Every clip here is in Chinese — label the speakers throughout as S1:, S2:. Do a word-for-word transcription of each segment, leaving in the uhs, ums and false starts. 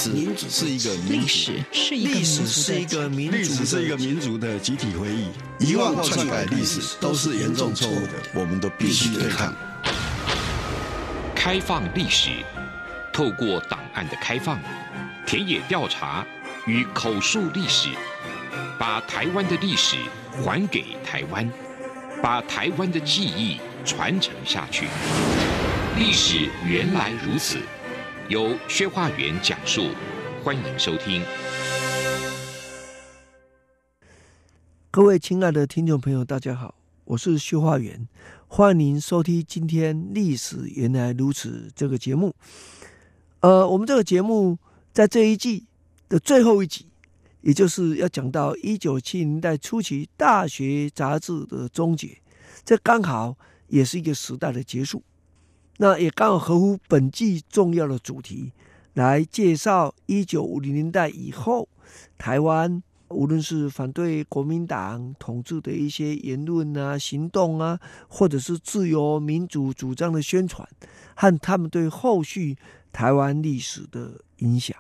S1: 史是一个民族，
S2: 历史是一个
S3: 历史是一个民族，
S1: 历史是一个民族的集体回忆。遗忘或篡改历史都是严重错误的，我们都必须对抗。
S4: 开放历史，透过档案的开放、田野调查与口述历史，把台湾的历史还给台湾，把台湾的记忆传承下去。历史原来如此，由薛化元讲述，欢迎收听。
S3: 各位亲爱的听众朋友，大家好，我是薛化元，欢迎收听今天《历史原来如此》这个节目。呃，我们这个节目在这一季的最后一集，也就是要讲到一九七零年代初期大学杂志的终结，这刚好也是一个时代的结束。那也刚好合乎本季重要的主题，来介绍一九五零年代以后台湾无论是反对国民党统治的一些言论啊、行动啊，或者是自由民主主张的宣传，和他们对后续台湾历史的影响。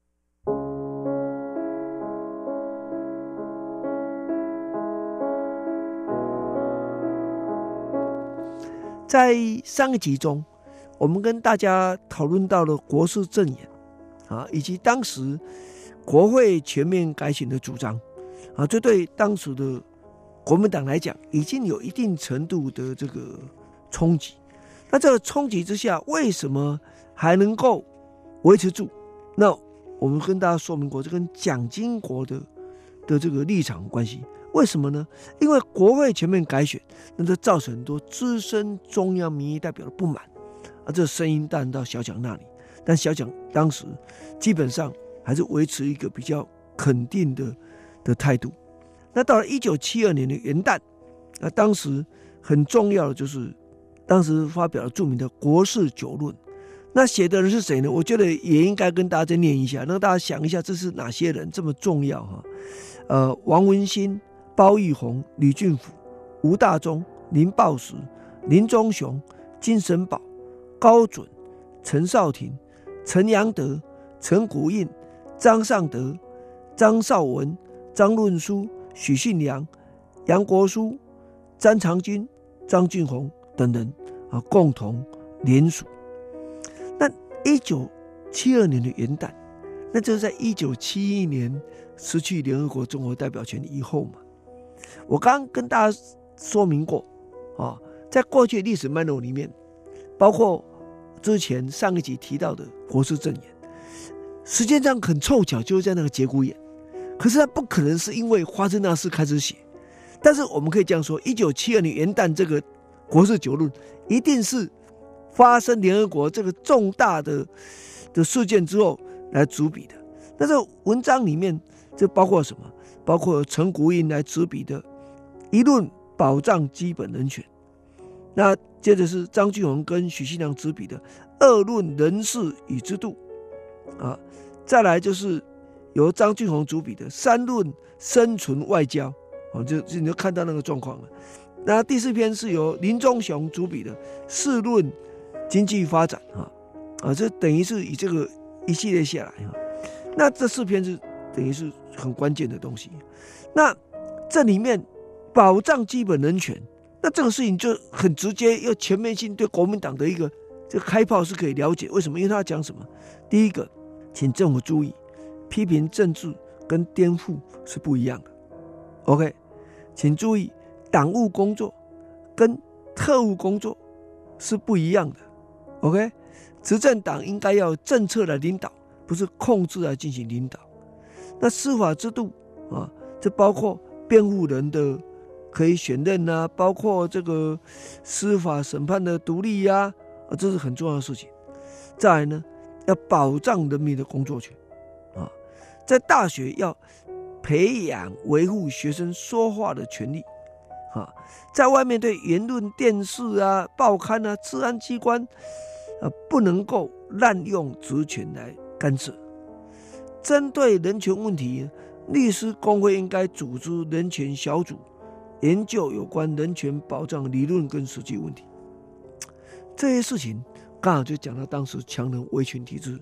S3: 在上一集中，我们跟大家讨论到了国事政言啊，以及当时国会全面改选的主张啊，这对当时的国民党来讲，已经有一定程度的这个冲击。那这个冲击之下，为什么还能够维持住？那我们跟大家说明过，这跟蒋经国的的这个立场有关系。为什么呢？因为国会全面改选，那就造成很多资深中央民意代表的不满啊，这声音当然到小蒋那里，但小蒋当时基本上还是维持一个比较肯定的的态度。那到了一九七二年的元旦，那当时很重要的就是当时发表了著名的《国事九论》。那写的人是谁呢？我觉得也应该跟大家再念一下，让大家想一下这是哪些人这么重要哈？呃，王文兴、包玉红、吕俊甫、吴大中、林抱石、林宗雄、金神宝、高准、陈少廷、陈阳德、陈古印、张尚德、张绍文、张论书、许信良、杨国书、詹长军、张俊宏等人啊，共同联署。那一九七二年的元旦，那就是在一九七一年失去联合国综合代表权以后嘛。我刚刚跟大家说明过啊，在过去的历史脉络里面，包括之前上一集提到的国事政言，时间上很凑巧就是在那个节骨眼，可是它不可能是因为发生那事开始写。但是我们可以这样说，一九七二年元旦这个国事九论一定是发生联合国这个重大的的事件之后来主笔的。那这文章里面这包括什么？包括陈古印来执笔的《一论保障基本人权》，那接着是张俊宏跟许信良执笔的《二论人事与制度》啊，再来就是由张俊宏主笔的《三论生存外交》啊，就就你就看到那个状况了。那第四篇是由林宗雄主笔的《四论经济发展》啊，啊，这等于是以这个一系列下来啊，那这四篇是等于是很关键的东西。那这里面保障基本人权，那这个事情就很直接又全面性对国民党的一个这个开炮是可以了解。为什么？因为他讲什么？第一个，请政府注意，批评政治跟颠覆是不一样的。OK， 请注意，党务工作跟特务工作是不一样的。OK， 执政党应该要政策来领导，不是控制来进行领导。那司法制度啊，这包括辩护人的可以选任啊，包括这个司法审判的独立啊，啊，这是很重要的事情。再来呢，要保障人民的工作权啊，在大学要培养维护学生说话的权利啊，在外面对言论、电视啊、报刊啊、治安机关啊，不能够滥用职权来干涉。针对人权问题，律师工会应该组织人权小组，研究有关人权保障理论跟实际问题。这些事情刚好就讲到当时强人威权体制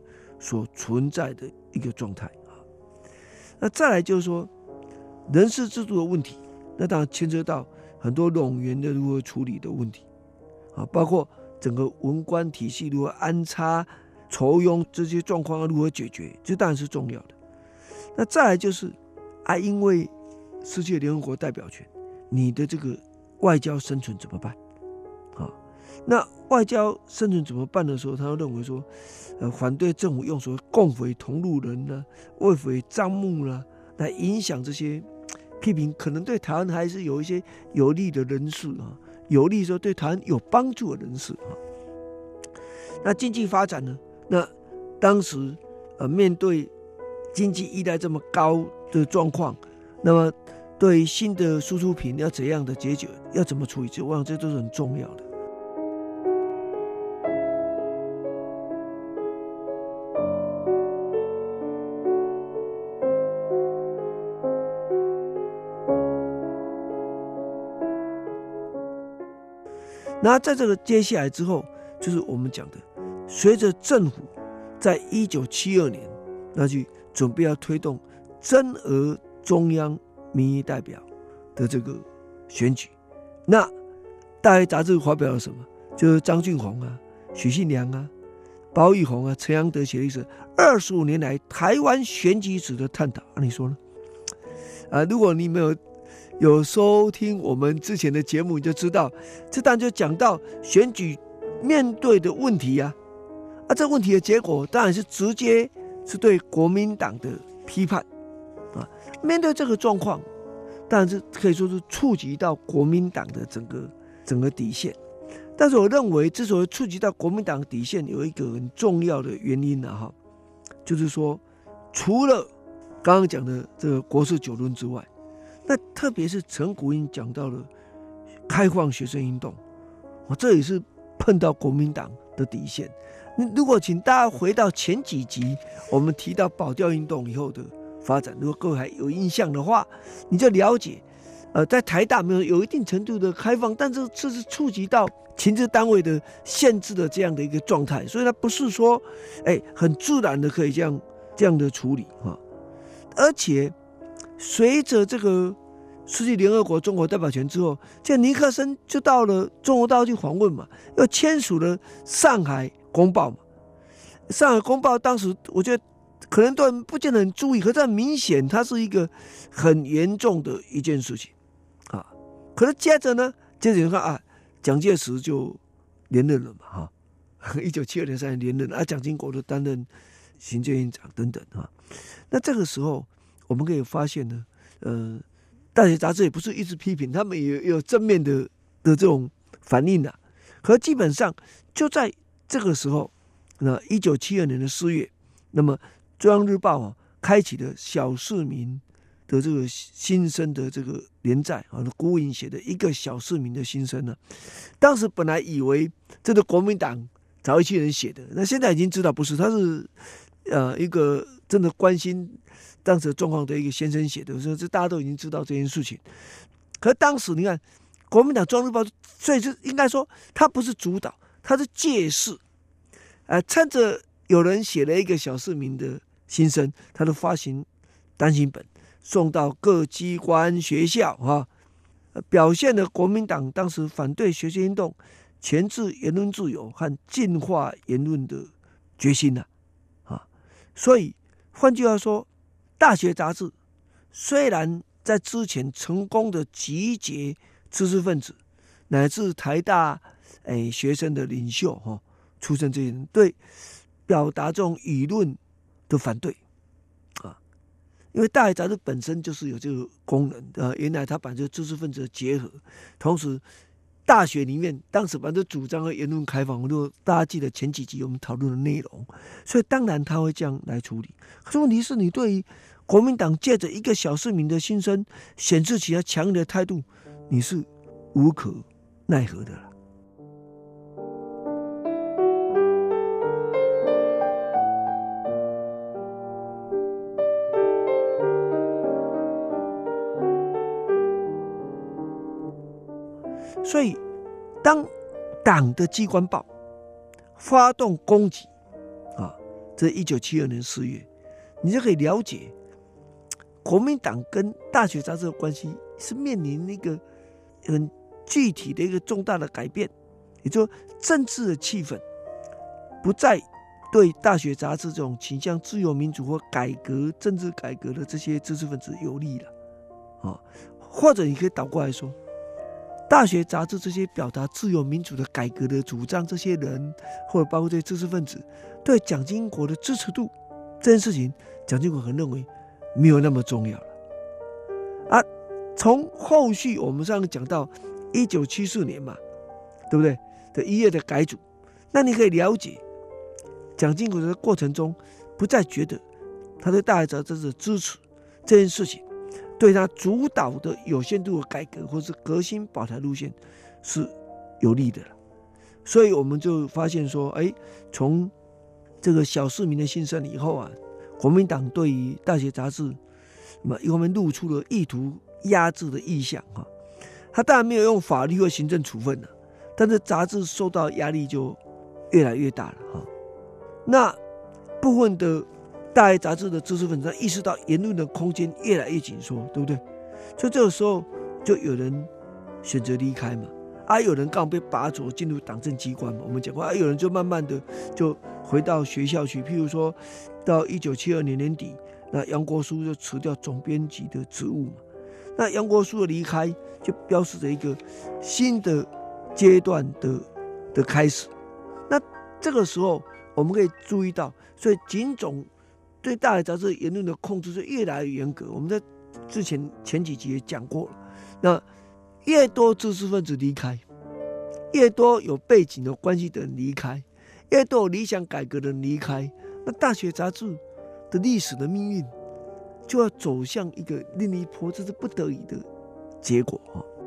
S3: 所存在的一个状态。那再来就是说人事制度的问题，那当然牵涉到很多冗员的如何处理的问题啊，包括整个文官体系如何安插、酬庸这些状况要如何解决，这当然是重要的。那再来就是啊，因为失去联合国代表权，你的这个外交生存怎么办？啊，那外交生存怎么办的时候，他又认为说，呃，反对政府用所谓共匪同路人呢、为匪张目呢，来影响这些批评，可能对台湾还是有一些有利的人士啊，有利说对台湾有帮助的人士啊。那经济发展呢？那当时呃面对经济依赖这么高的状况，那么对新的输出品要怎样的解决，要怎么处理，我想这都是很重要的。那在这个接下来之后，就是我们讲的，随着政府在一九七二年那去准备要推动增额中央民意代表的这个选举，那大学杂志发表了什么？就是张俊宏啊、许信良啊、包玉宏啊、陈阳德写的是二十五年来台湾选举史的探讨。啊，你说呢？啊，如果你没有有收听我们之前的节目，你就知道，这当然就讲到选举面对的问题啊，啊，这问题的结果当然是直接是对国民党的批判啊。面对这个状况，当然是可以说是触及到国民党的整个整个底线。但是我认为，之所以触及到国民党的底线，有一个很重要的原因啊，哈，就是说，除了刚刚讲的这个国事九论之外，那特别是陈古英讲到了开放学生运动，这也是碰到国民党的底线。如果请大家回到前几集，我们提到保钓运动以后的发展，如果各位还有印象的话，你就了解，呃，在台大没有有一定程度的开放，但是这是触及到情治单位的限制的这样的一个状态，所以它不是说，哎，很自然的可以这样这样的处理啊。而且随着这个失去联合国中国代表权之后，这尼克森就到了中国大陆去访问嘛，又签署了上海公报嘛。上海公报当时我觉得可能都不见得很注意，可是很明显它是一个很严重的一件事情啊。可是接着呢，接着你看啊，蒋介石就连任了嘛，哈，一九七二年三月连任了，啊，蒋经国就担任行政院长等等啊。那这个时候我们可以发现呢，呃，大学杂志也不是一直批评，他们也有正面的的这种反应的、啊。可基本上就在这个时候，那一九七二年的四月，那么中央日报啊开启了小市民的这个心声的这个连载啊，辜颖写的一个小市民的心声呢。当时本来以为这个国民党找一群人写的，那现在已经知道不是，他是呃一个真的关心当时的状况的一个先生写的，所以这大家都已经知道这件事情。可是当时你看，国民党中央日报，所以是应该说他不是主导，他是借势，呃，趁着有人写了一个小市民的心声，他就发行单行本，送到各机关学校啊，表现了国民党当时反对学生运动、钳制言论自由和净化言论的决心呐、啊，啊，所以换句话说，大学杂志虽然在之前成功的集结知识分子乃至台大诶学生的领袖哈、哦，出身这些人对表达这种舆论的反对啊，因为大学杂志本身就是有这个功能啊，原来它把这个知识分子的结合，同时大学里面当时把这主张和言论开放，如果大家记得前几集我们讨论的内容，所以当然他会这样来处理。可是问题是你对于国民党借着一个小市民的心声显示起来强烈的态度，你是无可奈何的了。所以当党的机关报发动攻击啊，这这是一九七二年四月，你就可以了解国民党跟大学杂志的关系是面临一个很具体的一个重大的改变，也就是政治的气氛不再对大学杂志这种倾向自由民主或改革政治改革的这些知识分子有利了、哦、或者你可以倒过来说，大学杂志这些表达自由民主的改革的主张，这些人或者包括这些知识分子对蒋经国的支持度这件事情，蒋经国可能认为没有那么重要了啊。从后续我们上次讲到一九七四年嘛，对不对？的一月的改组，那你可以了解蒋经国的过程中，不再觉得他对大学杂志的支持这件事情，对他主导的有限度的改革或是革新保台路线是有利的了。所以我们就发现说，哎，从这个小市民的心声以后啊，国民党对于大学杂志，那么一方面露出了意图压制的意向哈。他当然没有用法律或行政处分了，但是杂志受到压力就越来越大了哈。那部分的大学杂志的知识分子意识到言论的空间越来越紧缩，对不对？所以这个时候就有人选择离开嘛，啊，有人刚好被拔擢进入党政机关嘛，我们讲过啊，有人就慢慢的就回到学校去，譬如说到一九七二年年底，那杨国枢就辞掉总编辑的职务嘛，那杨国枢的离开就标示着一个新的阶段的的开始。那这个时候我们可以注意到，所以警总对大学杂志言论的控制是越来越严格。我们在之前前几集也讲过了，那越多知识分子离开，越多有背景的关系的人离开，越多有理想改革的人离开，那大学杂志的历史的命运就要走向一个另一波，这是不得已的结果。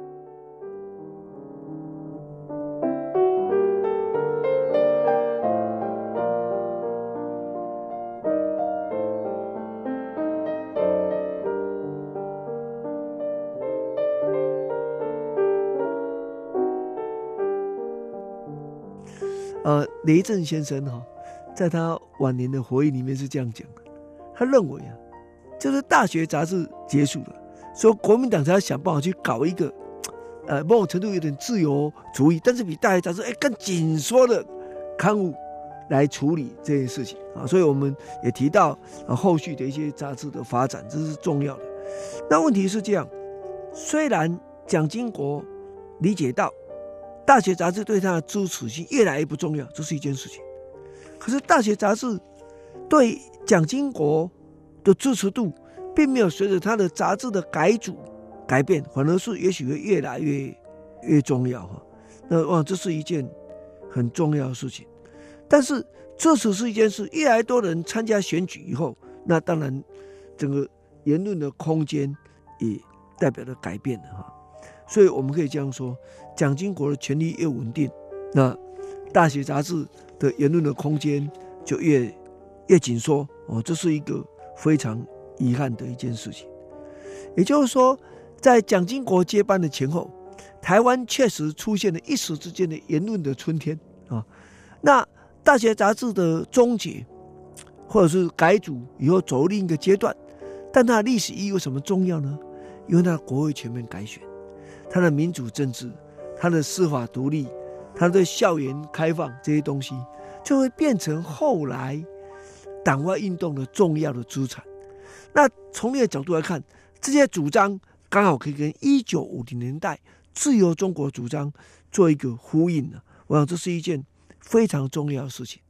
S3: 呃，雷震先生哈、哦，在他晚年的回忆里面是这样讲的，他认为啊，就是大学杂志结束了，所以国民党才要想办法去搞一个，呃，某种程度有点自由主义，但是比大学杂志哎更紧缩的刊物来处理这件事情啊。所以我们也提到啊，后续的一些杂志的发展，这是重要的。那问题是这样，虽然蒋经国理解到大学杂志对他的支持性越来越不重要，这是一件事情。可是大学杂志对蒋经国的支持度并没有随着他的杂志的改组改变，反而是也许会越来越越重要哈。那哇，这是一件很重要的事情。但是这只是一件事，越来越多人参加选举以后，那当然整个言论的空间也代表了改变了哈。所以我们可以这样说，蒋经国的权力越稳定，那大学杂志的言论的空间就越越紧缩哦，这是一个非常遗憾的一件事情。也就是说，在蒋经国接班的前后，台湾确实出现了一时之间的言论的春天啊。那大学杂志的终结，或者是改组以后走另一个阶段，但它的历史意义为什么重要呢？因为它的国会全面改选，它的民主政治，它的司法独立，它对校园开放这些东西，就会变成后来党外运动的重要的资产。那从那个角度来看，这些主张刚好可以跟一九五零年代自由中国主张做一个呼应了。我想这是一件非常重要的事情。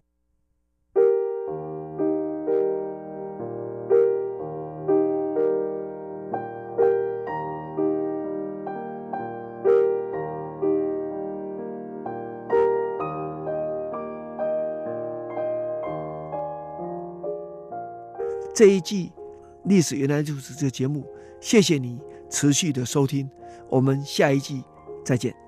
S3: 这一季历史原来就是这个节目，谢谢你持续的收听，我们下一季再见。